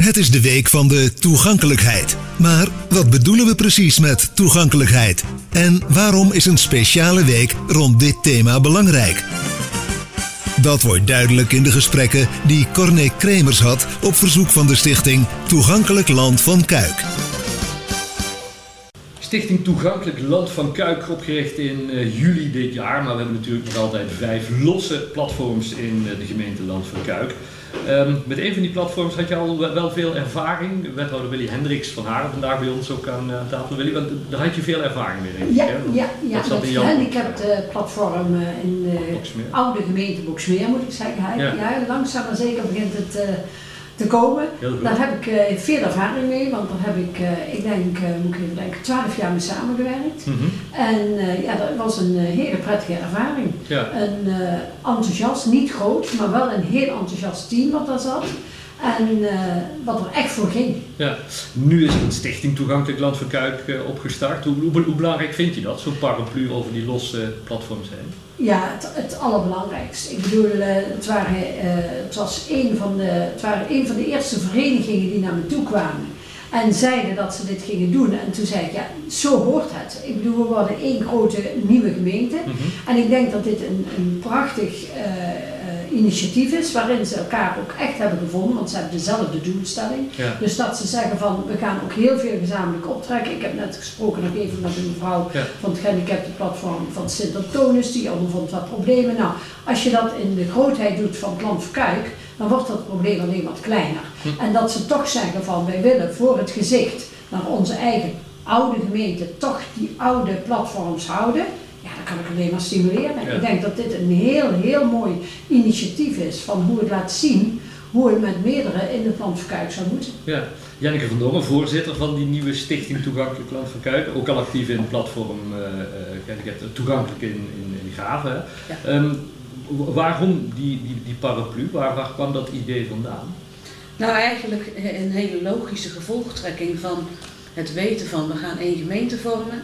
Het is de week van de toegankelijkheid. Maar wat bedoelen we precies met toegankelijkheid? En waarom is een speciale week rond dit thema belangrijk? Dat wordt duidelijk in de gesprekken die Corné Kremers had op verzoek van de stichting Toegankelijk Land van Cuijk. Stichting Toegankelijk Land van Cuijk, opgericht in juli dit jaar, maar we hebben natuurlijk nog altijd 5 losse platforms in de gemeente Land van Cuijk. Met een van die platforms had je al wel veel ervaring. Wethouder Willy Hendricks van Haren vandaag bij ons ook aan tafel. Willy, want daar had je veel ervaring mee, denk ik. Ja, dat gehandicapte platform in de oude gemeente Boxmeer, moet ik zeggen. Ja, langzaam maar zeker begint het te komen. Daar heb ik veel ervaring mee, want daar heb ik denk, moet ik even denken, 12 jaar mee samengewerkt. En dat was een hele prettige ervaring. Ja. Een enthousiast, niet groot, maar wel een heel enthousiast team wat daar zat. En wat er echt voor ging. Ja, nu is het Stichting Toegankelijk Land van Cuijk opgestart. Hoe belangrijk vind je dat, zo'n paraplu over die losse platforms heen? Ja, het allerbelangrijkste. Ik bedoel, het waren een van de eerste verenigingen die naar me toe kwamen. En zeiden dat ze dit gingen doen. En toen zei ik, ja, zo hoort het. Ik bedoel, we worden één grote nieuwe gemeente. En ik denk dat dit een prachtig initiatief is, waarin ze elkaar ook echt hebben gevonden, want ze hebben dezelfde doelstelling. Ja. Dus dat ze zeggen van, we gaan ook heel veel gezamenlijk optrekken. Ik heb net gesproken nog even met een mevrouw van het gehandicapte platform van Sint-Antonis, die ondervond wat problemen. Nou, als je dat in de grootheid doet van het Land van Cuijk, dan wordt dat probleem alleen wat kleiner. En dat ze toch zeggen van, wij willen voor het gezicht naar onze eigen oude gemeente toch die oude platforms houden. Ja, dat kan ik alleen maar stimuleren. Ja. Ik denk dat dit een heel mooi initiatief is van hoe het laat zien hoe het met meerdere in het Land van Cuijk zou moeten. Ja, Janneke van Dongen, voorzitter van die nieuwe Stichting Toegankelijk Land van Cuijk, ook al actief in het platform Toegankelijk in Graven. Ja. Waarom die paraplu? Waar kwam dat idee vandaan? Nou, eigenlijk een hele logische gevolgtrekking van het weten van we gaan één gemeente vormen.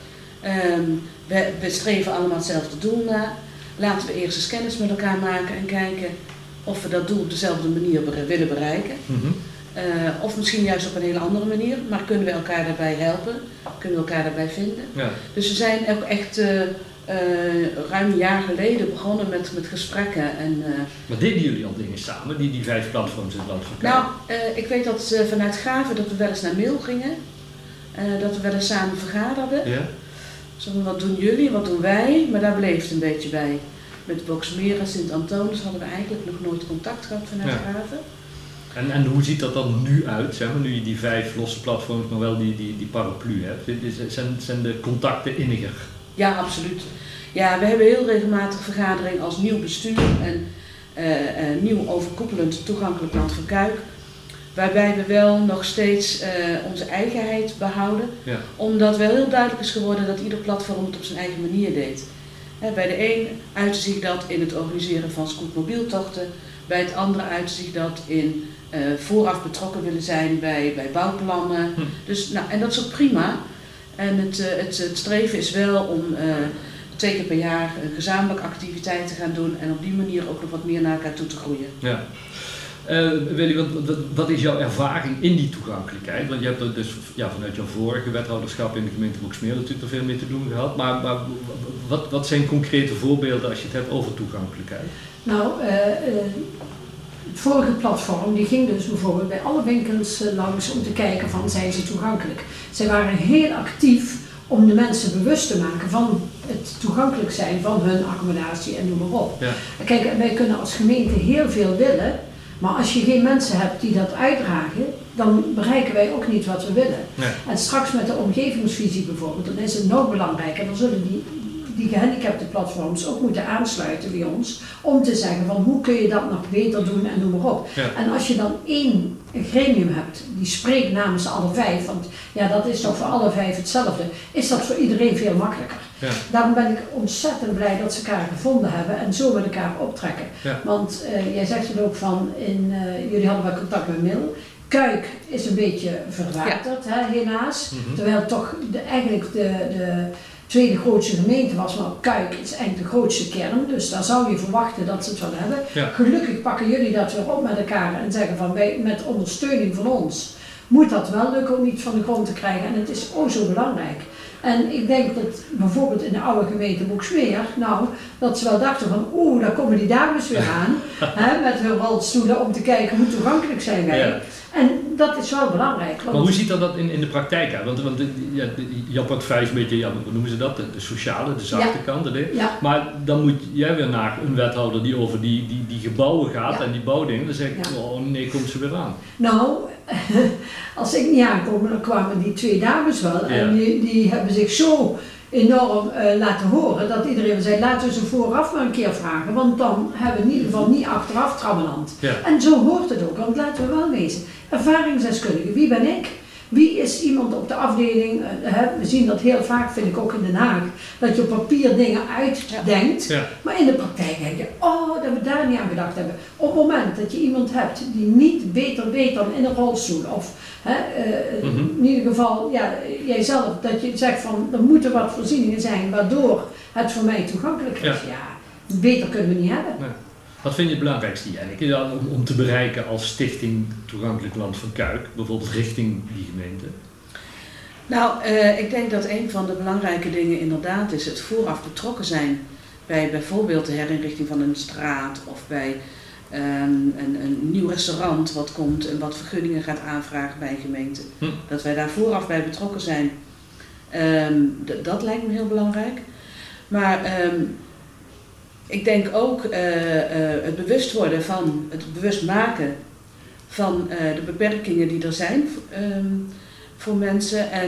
We streven allemaal hetzelfde doel na. Laten we eerst eens kennis met elkaar maken en kijken of we dat doel op dezelfde manier willen bereiken. Of misschien juist op een hele andere manier, maar kunnen we elkaar daarbij helpen? Kunnen we elkaar daarbij vinden? Ja. Dus we zijn ook echt ruim een jaar geleden begonnen met gesprekken. Maar deden jullie al dingen samen, die 5 platforms in het Land van Cuijk? Nou, ik weet dat vanuit Graven dat we wel eens naar Mail gingen. Dat we wel eens samen vergaderden. Ja. Zo, wat doen jullie, wat doen wij? Maar daar bleef het een beetje bij. Met Boxmeer en Sint-Antonis hadden we eigenlijk nog nooit contact gehad vanuit Graven. En hoe ziet dat dan nu uit, zeg maar, nu je die 5 losse platforms, maar wel die paraplu hebt? Zijn de contacten inniger? Ja, absoluut. Ja, we hebben heel regelmatig vergadering als nieuw bestuur en nieuw overkoepelend Toegankelijk Land van Cuijk. Waarbij we wel nog steeds onze eigenheid behouden. Ja. Omdat wel heel duidelijk is geworden dat ieder platform het op zijn eigen manier deed. Bij de een uitte zich dat in het organiseren van scootmobieltochten. Bij het andere uitte zich dat in vooraf betrokken willen zijn bij bouwplannen. Dus, en dat is ook prima. En het streven is wel om 2 keer per jaar gezamenlijke activiteiten te gaan doen. En op die manier ook nog wat meer naar elkaar toe te groeien. Ja. Willy, wat is jouw ervaring in die toegankelijkheid? Want je hebt er dus vanuit jouw vorige wethouderschap in de gemeente Boxmeer natuurlijk er veel mee te doen gehad. Maar wat zijn concrete voorbeelden als je het hebt over toegankelijkheid? Nou, het vorige platform die ging dus bijvoorbeeld bij alle winkels langs om te kijken van zijn ze toegankelijk. Zij waren heel actief om de mensen bewust te maken van het toegankelijk zijn van hun accommodatie en noem maar op. Ja. Kijk, wij kunnen als gemeente heel veel willen. Maar als je geen mensen hebt die dat uitdragen, dan bereiken wij ook niet wat we willen. Nee. En straks met de omgevingsvisie bijvoorbeeld, dan is het nog belangrijker. Dan zullen die gehandicapte platforms ook moeten aansluiten bij ons om te zeggen van hoe kun je dat nog beter doen en noem maar op. Ja. En als je dan één gremium hebt die spreekt namens alle 5, want ja, dat is toch voor alle 5 hetzelfde, is dat voor iedereen veel makkelijker. Ja. Daarom ben ik ontzettend blij dat ze elkaar gevonden hebben en zo met elkaar optrekken. Ja. Want jij zegt het ook van, jullie hadden wel contact met Mil. Cuijk is een beetje verwaterd, helaas. Terwijl toch eigenlijk tweede grootste gemeente was, maar Kuik is eigenlijk de grootste kern, dus daar zou je verwachten dat ze het wel hebben. Ja. Gelukkig pakken jullie dat weer op met elkaar en zeggen van met ondersteuning van ons moet dat wel lukken om iets van de grond te krijgen en het is zo belangrijk. En ik denk dat bijvoorbeeld in de oude gemeente Boksmeer, dat ze wel dachten van daar komen die dames weer aan, met hun rolstoelen om te kijken hoe toegankelijk zijn wij. Ja. En dat is wel belangrijk. Maar hoe ziet dat in de praktijk uit? Want Jan portefeuille is een beetje, hoe noemen ze dat? De sociale, de zachte kant. Ja. Maar dan moet jij weer naar een wethouder die over die gebouwen gaat en die bouwdingen. Dan zeg ik, nee, komt ze weer aan. Nou, als ik niet aankom, dan kwamen die twee dames wel. Ja. En die hebben zich zo enorm laten horen dat iedereen zei, laten we ze vooraf maar een keer vragen. Want dan hebben we in ieder geval niet achteraf trammeland. Ja. En zo hoort het ook, want laten we wel wezen. Ervaringsdeskundige, wie ben ik? Wie is iemand op de afdeling? We zien dat heel vaak, vind ik ook in Den Haag, dat je op papier dingen uitdenkt. Ja. Maar in de praktijk denk je, dat we daar niet aan gedacht hebben. Op het moment dat je iemand hebt die niet beter weet dan in een rolstoel, of in ieder geval, jijzelf, dat je zegt van, er moeten wat voorzieningen zijn waardoor het voor mij toegankelijk is. Ja, beter kunnen we niet hebben. Nee. Wat vind je het belangrijkste eigenlijk om te bereiken als stichting Toegankelijk Land van Kuik, bijvoorbeeld richting die gemeente? Nou, ik denk dat een van de belangrijke dingen inderdaad is het vooraf betrokken zijn bij bijvoorbeeld de herinrichting van een straat of bij een nieuw restaurant wat komt en wat vergunningen gaat aanvragen bij een gemeente. Dat wij daar vooraf bij betrokken zijn, dat lijkt me heel belangrijk. Maar ik denk ook het bewust worden van, het bewust maken van de beperkingen die er zijn voor mensen en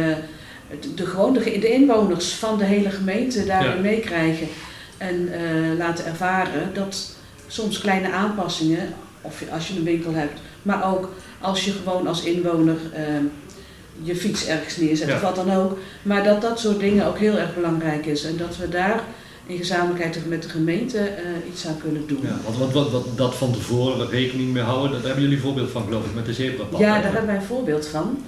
de inwoners van de hele gemeente daarin meekrijgen en laten ervaren dat soms kleine aanpassingen, of als je een winkel hebt, maar ook als je gewoon als inwoner je fiets ergens neerzet of wat dan ook, maar dat soort dingen ook heel erg belangrijk is en dat we daar in gezamenlijkheid met de gemeente iets aan kunnen doen. Ja, wat dat van tevoren rekening mee houden, daar hebben jullie een voorbeeld van, geloof ik, met de zebrapad. Ja, daar hebben wij een voorbeeld van.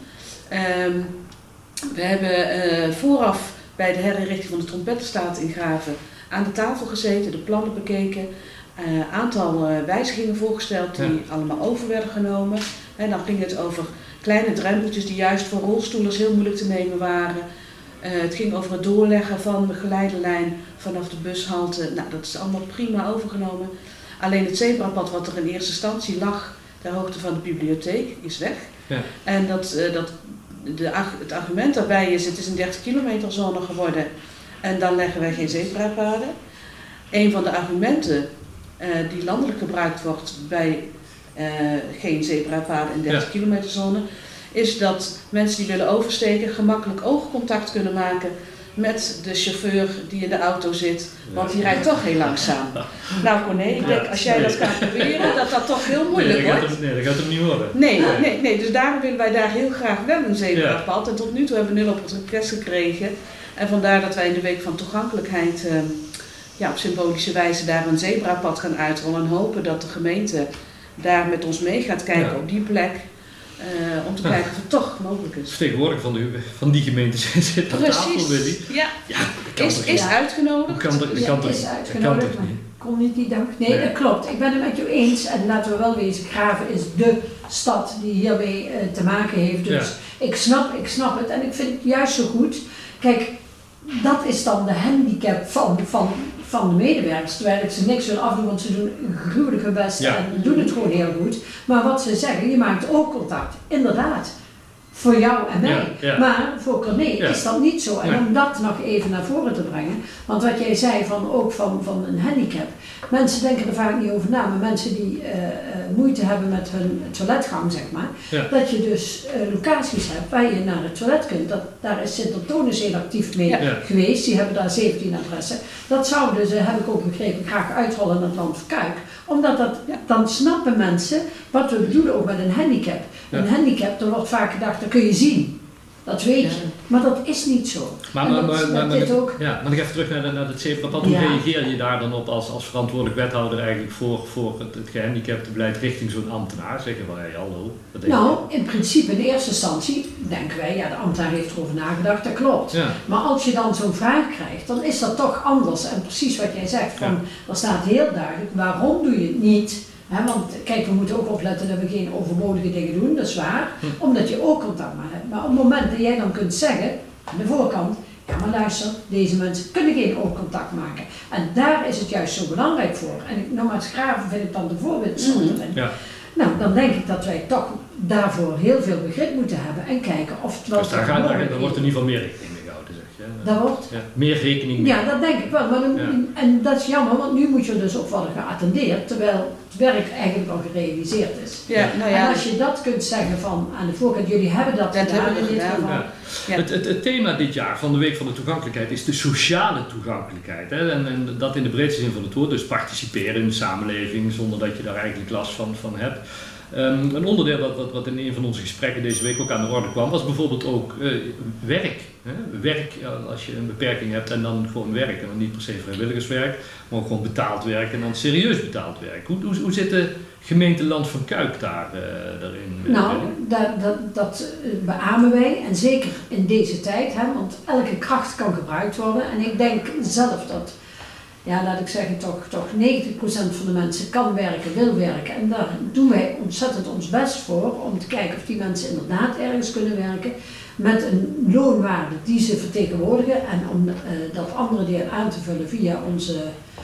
We hebben vooraf bij de herinrichting van de Trompettenstaat in Graven aan de tafel gezeten, de plannen bekeken, aantal wijzigingen voorgesteld die allemaal over werden genomen. En dan ging het over kleine drempeltjes die juist voor rolstoelers heel moeilijk te nemen waren. Het ging over het doorleggen van de geleidelijn vanaf de bushalte. Nou, dat is allemaal prima overgenomen. Alleen het zebrapad wat er in eerste instantie lag, ter hoogte van de bibliotheek, is weg. Ja. En het argument daarbij is, het is een 30 kilometer zone geworden en dan leggen wij geen zebrapaden. Een van de argumenten die landelijk gebruikt wordt bij geen zebrapaden in 30 kilometer zone, is dat mensen die willen oversteken gemakkelijk oogcontact kunnen maken met de chauffeur die in de auto zit, want die rijdt toch heel langzaam. Nou Corné, ik denk als jij dat gaat proberen, dat toch heel moeilijk wordt. Dat gaat hem niet worden. Nee, dus daarom willen wij daar heel graag wel een zebrapad. En tot nu toe hebben we 0 op het request gekregen. En vandaar dat wij in de week van toegankelijkheid op symbolische wijze daar een zebrapad gaan uitrollen en hopen dat de gemeente daar met ons mee gaat kijken op die plek. Om te kijken of het toch mogelijk is. Vertegenwoordiger van die gemeente zit aan tafel, Willy. Ja, is uitgenodigd. Is uitgenodigd, maar kon niet die dag. Nee, dat klopt. Ik ben het met jou eens. En laten we wel wezen, Graven is dé stad die hiermee te maken heeft. Dus ik snap het. En ik vind het juist zo goed. Kijk, dat is dan de handicap van de medewerkers. Terwijl ik ze niks wil afdoen, want ze doen een gruwelijke best en doen het gewoon heel goed. Maar wat ze zeggen, je maakt ook contact. Inderdaad. Voor jou en mij. Maar voor Corné is dat niet zo. En om dat nog even naar voren te brengen. Want wat jij zei ook van een handicap. Mensen denken er vaak niet over na. Maar mensen die moeite hebben met hun toiletgang, zeg maar. Dat je dus locaties hebt waar je naar het toilet kunt. Daar is Sint-Antonis heel actief mee geweest. Die hebben daar 17 adressen. Dat zouden ze, heb ik ook begrepen, graag uitrollen in het Land van Kuik. Omdat dan snappen mensen wat we bedoelen ook met een handicap. Een handicap, er wordt vaak gedacht, dat kun je zien. Dat weet je. Maar dat is niet zo. Maar nog even terug naar het CEPRA-pad. Hoe reageer je daar dan op als verantwoordelijk wethouder eigenlijk voor het gehandicaptenbeleid richting zo'n ambtenaar? Zeggen van, hey, hallo. Nou, in principe in eerste instantie denken wij, de ambtenaar heeft erover nagedacht, dat klopt. Ja. Maar als je dan zo'n vraag krijgt, dan is dat toch anders. En precies wat jij zegt, dan staat heel duidelijk, waarom doe je het niet? Want kijk, we moeten ook opletten dat we geen overbodige dingen doen, dat is waar. Omdat je ook contact maar hebt. Maar op het moment dat jij dan kunt zeggen, aan de voorkant, ja maar luister, deze mensen kunnen geen oogcontact maken. En daar is het juist zo belangrijk voor. En nogmaals, Graven vind ik dan de voorbeeldstad erin. Ja. Nou, dan denk ik dat wij toch daarvoor heel veel begrip moeten hebben en kijken of het wel... Dus daar wordt in ieder geval meer rekening mee gehouden, zeg je. Dat wordt? Ja, meer rekening mee. Ja, dat denk ik wel. Maar en dat is jammer, want nu moet je dus op worden geattendeerd, terwijl het werk eigenlijk al gerealiseerd is. Ja, en als je dat kunt zeggen van aan de voorkant, jullie hebben dat gedaan in dit geval. Ja. Het thema dit jaar van de Week van de Toegankelijkheid is de sociale toegankelijkheid. Hè? En dat in de breedste zin van het woord, dus participeren in de samenleving zonder dat je daar eigenlijk last van hebt. Een onderdeel wat in een van onze gesprekken deze week ook aan de orde kwam, was bijvoorbeeld ook werk. Hè? Werk, als je een beperking hebt en dan gewoon werk. En dan niet per se vrijwilligerswerk, maar ook gewoon betaald werk en dan serieus betaald werk. Hoe zit de gemeente Land van Cuijk daarin? Nou, dat beamen wij en zeker in deze tijd, want elke kracht kan gebruikt worden. En ik denk zelf dat, laat ik zeggen, toch 90% van de mensen kan werken, wil werken. En daar doen wij ontzettend ons best voor om te kijken of die mensen inderdaad ergens kunnen werken met een loonwaarde die ze vertegenwoordigen en om dat andere deel aan te vullen via onze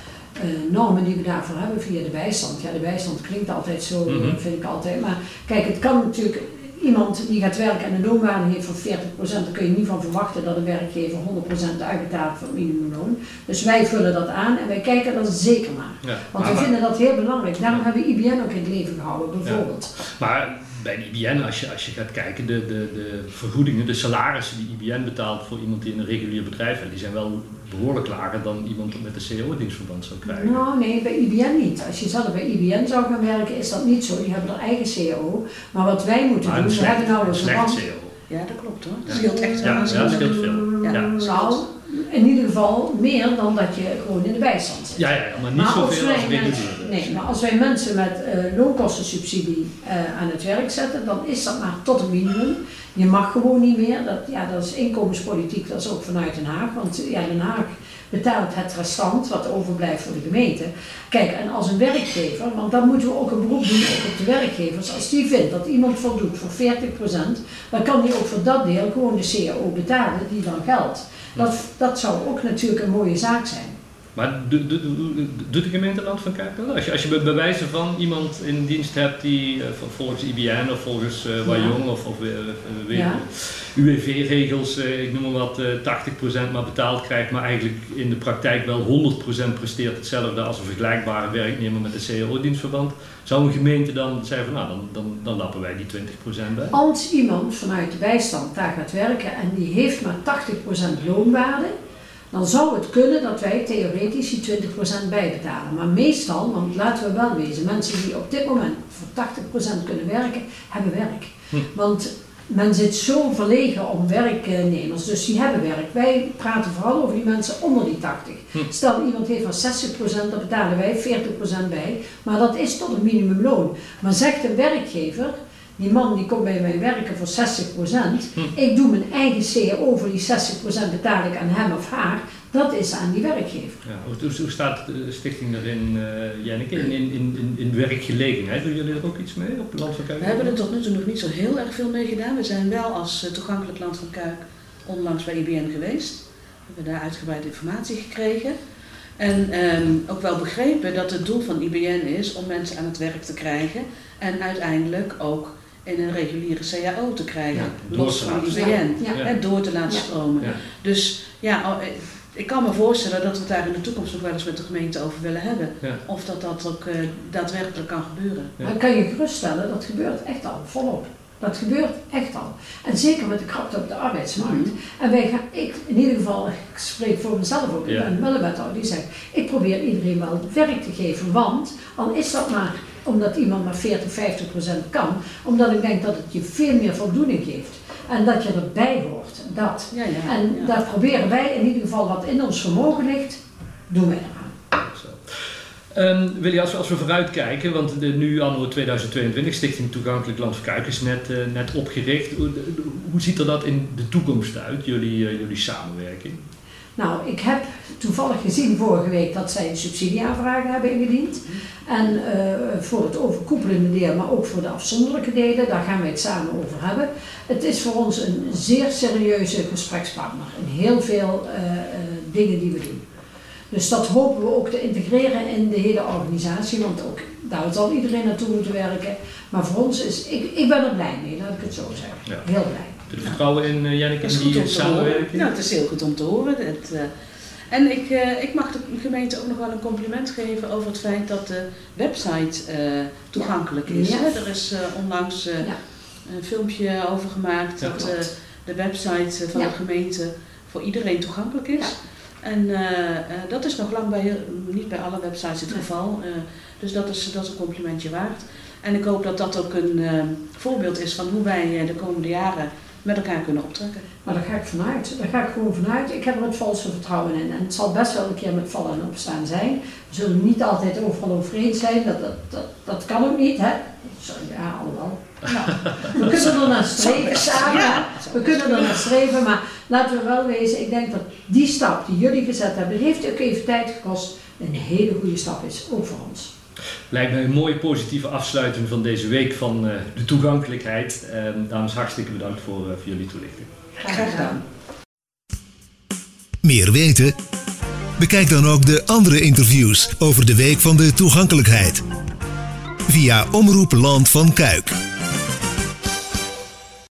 normen die we daarvoor hebben, via de bijstand. Ja, de bijstand klinkt altijd zo, vind ik altijd, maar kijk, het kan natuurlijk... Iemand die gaat werken en een loonwaarde heeft van 40%, dan kun je niet van verwachten dat een werkgever 100% uitbetaalt van het minimumloon. Dus wij vullen dat aan en wij kijken er zeker naar. Ja, want we vinden dat heel belangrijk. Daarom hebben we IBN ook in het leven gehouden, bijvoorbeeld. Ja. Maar bij de IBN, als je gaat kijken, de vergoedingen, de salarissen die IBN betaalt voor iemand die in een regulier bedrijf heeft, die zijn wel behoorlijk lager dan iemand met een CAO-dienstverband zou krijgen. Nou nee, bij IBN niet. Als je zelf bij IBN zou gaan werken is dat niet zo. Die hebben er eigen CAO. Maar wat wij moeten doen, we hebben nou een verband. Ja, dat klopt hoor. Dat scheelt echt wel. Ja, dat scheelt veel. Nou, in ieder geval meer dan dat je gewoon in de bijstand zit. Ja, maar niet zoveel als regulier. Nee, maar als wij mensen met loonkostensubsidie aan het werk zetten, dan is dat maar tot een minimum. Je mag gewoon niet meer. Dat is inkomenspolitiek, dat is ook vanuit Den Haag. Want Den Haag betaalt het restant wat overblijft voor de gemeente. Kijk, en als een werkgever, want dan moeten we ook een beroep doen op de werkgevers. Als die vindt dat iemand voldoet voor 40%, dan kan die ook voor dat deel gewoon de CAO betalen die dan geldt. Dat zou ook natuurlijk een mooie zaak zijn. Maar doet de gemeente Land van Cuijk wel? Als je bij wijze van iemand in dienst hebt die volgens IBN of volgens Wajong of UWV-regels, ik noem maar wat, 80% maar betaald krijgt, maar eigenlijk in de praktijk wel 100% presteert hetzelfde als een vergelijkbare werknemer met een CAO-dienstverband, zou een gemeente dan zeggen van dan lappen wij die 20% bij? Als iemand vanuit de bijstand daar gaat werken en die heeft maar 80% loonwaarde, dan zou het kunnen dat wij theoretisch die 20% bijbetalen. Maar meestal, want laten we wel wezen, mensen die op dit moment voor 80% kunnen werken, hebben werk. Want men zit zo verlegen om werknemers, dus die hebben werk. Wij praten vooral over die mensen onder die 80. Stel iemand heeft van 60%, dan betalen wij 40% bij, maar dat is tot een minimumloon. Maar zegt een werkgever, die man die komt bij mij werken voor 60%, ik doe mijn eigen CAO voor die 60% betaal ik aan hem of haar, dat is aan die werkgever. Ja, hoe staat de stichting erin, Janneke, in werkgelegenheid? Doen jullie er ook iets mee op Land van Cuijk? We hebben er tot nu toe nog niet zo heel erg veel mee gedaan. We zijn wel als toegankelijk Land van Cuijk onlangs bij IBN geweest. We hebben daar uitgebreid informatie gekregen. En ook wel begrepen dat het doel van IBN is om mensen aan het werk te krijgen en uiteindelijk ook in een reguliere CAO te krijgen, los van IBN, door te laten stromen. Ja. Dus ik kan me voorstellen dat we het daar in de toekomst nog wel eens met de gemeente over willen hebben. Ja. Of dat ook daadwerkelijk kan gebeuren. Ja. Maar kan je geruststellen, dat gebeurt echt al volop. Dat gebeurt echt al. En zeker met de krapte op de arbeidsmarkt. En in ieder geval, ik spreek voor mezelf ook, ik ben wel een wethouder die zegt, ik probeer iedereen wel werk te geven, want al is dat maar omdat iemand maar 40-50% kan. Omdat ik denk dat het je veel meer voldoening geeft. En dat je erbij hoort. Dat. En daar proberen wij in ieder geval wat in ons vermogen ligt, doen wij eraan. Willy, als we vooruit kijken, want nu anno 2022, Stichting Toegankelijk Land van Kuik is net opgericht. Hoe ziet er dat in de toekomst uit, jullie samenwerking? Nou, ik heb toevallig gezien vorige week dat zij subsidieaanvragen hebben ingediend. En voor het overkoepelende deel, maar ook voor de afzonderlijke delen, daar gaan wij het samen over hebben. Het is voor ons een zeer serieuze gesprekspartner in heel veel dingen die we doen. Dus dat hopen we ook te integreren in de hele organisatie, want ook daar zal iedereen naartoe moeten werken. Maar voor ons ik ben er blij mee, laat ik het zo zeggen. Ja. Heel blij. Het vertrouwen in Janneke en die samenwerking? Nou, het is heel goed om te horen. En ik mag de gemeente ook nog wel een compliment geven over het feit dat de website toegankelijk is. Ja. Er is onlangs een filmpje over gemaakt dat de website van de gemeente voor iedereen toegankelijk is. Ja. En dat is nog lang niet bij alle websites het geval. Dus dat is een complimentje waard. En ik hoop dat dat ook een voorbeeld is van hoe wij de komende jaren met elkaar kunnen optrekken. Maar daar ga ik vanuit. Daar ga ik gewoon vanuit. Ik heb er het volste vertrouwen in. En het zal best wel een keer met vallen en opstaan zijn. We zullen niet altijd overal over eens zijn. Dat kan ook niet, hè? Ja, alhoewel. Nou, we kunnen er naar streven samen. Ja. We kunnen er naar streven, maar laten we wel wezen. Ik denk dat die stap die jullie gezet hebben, heeft ook even tijd gekost. Een hele goede stap is, ook voor ons. Lijkt mij een mooie positieve afsluiting van deze week van de toegankelijkheid. Dames, hartstikke bedankt voor jullie toelichting. Graag gedaan. Meer weten? Bekijk dan ook de andere interviews over de Week van de Toegankelijkheid via Omroep Land van Kuik.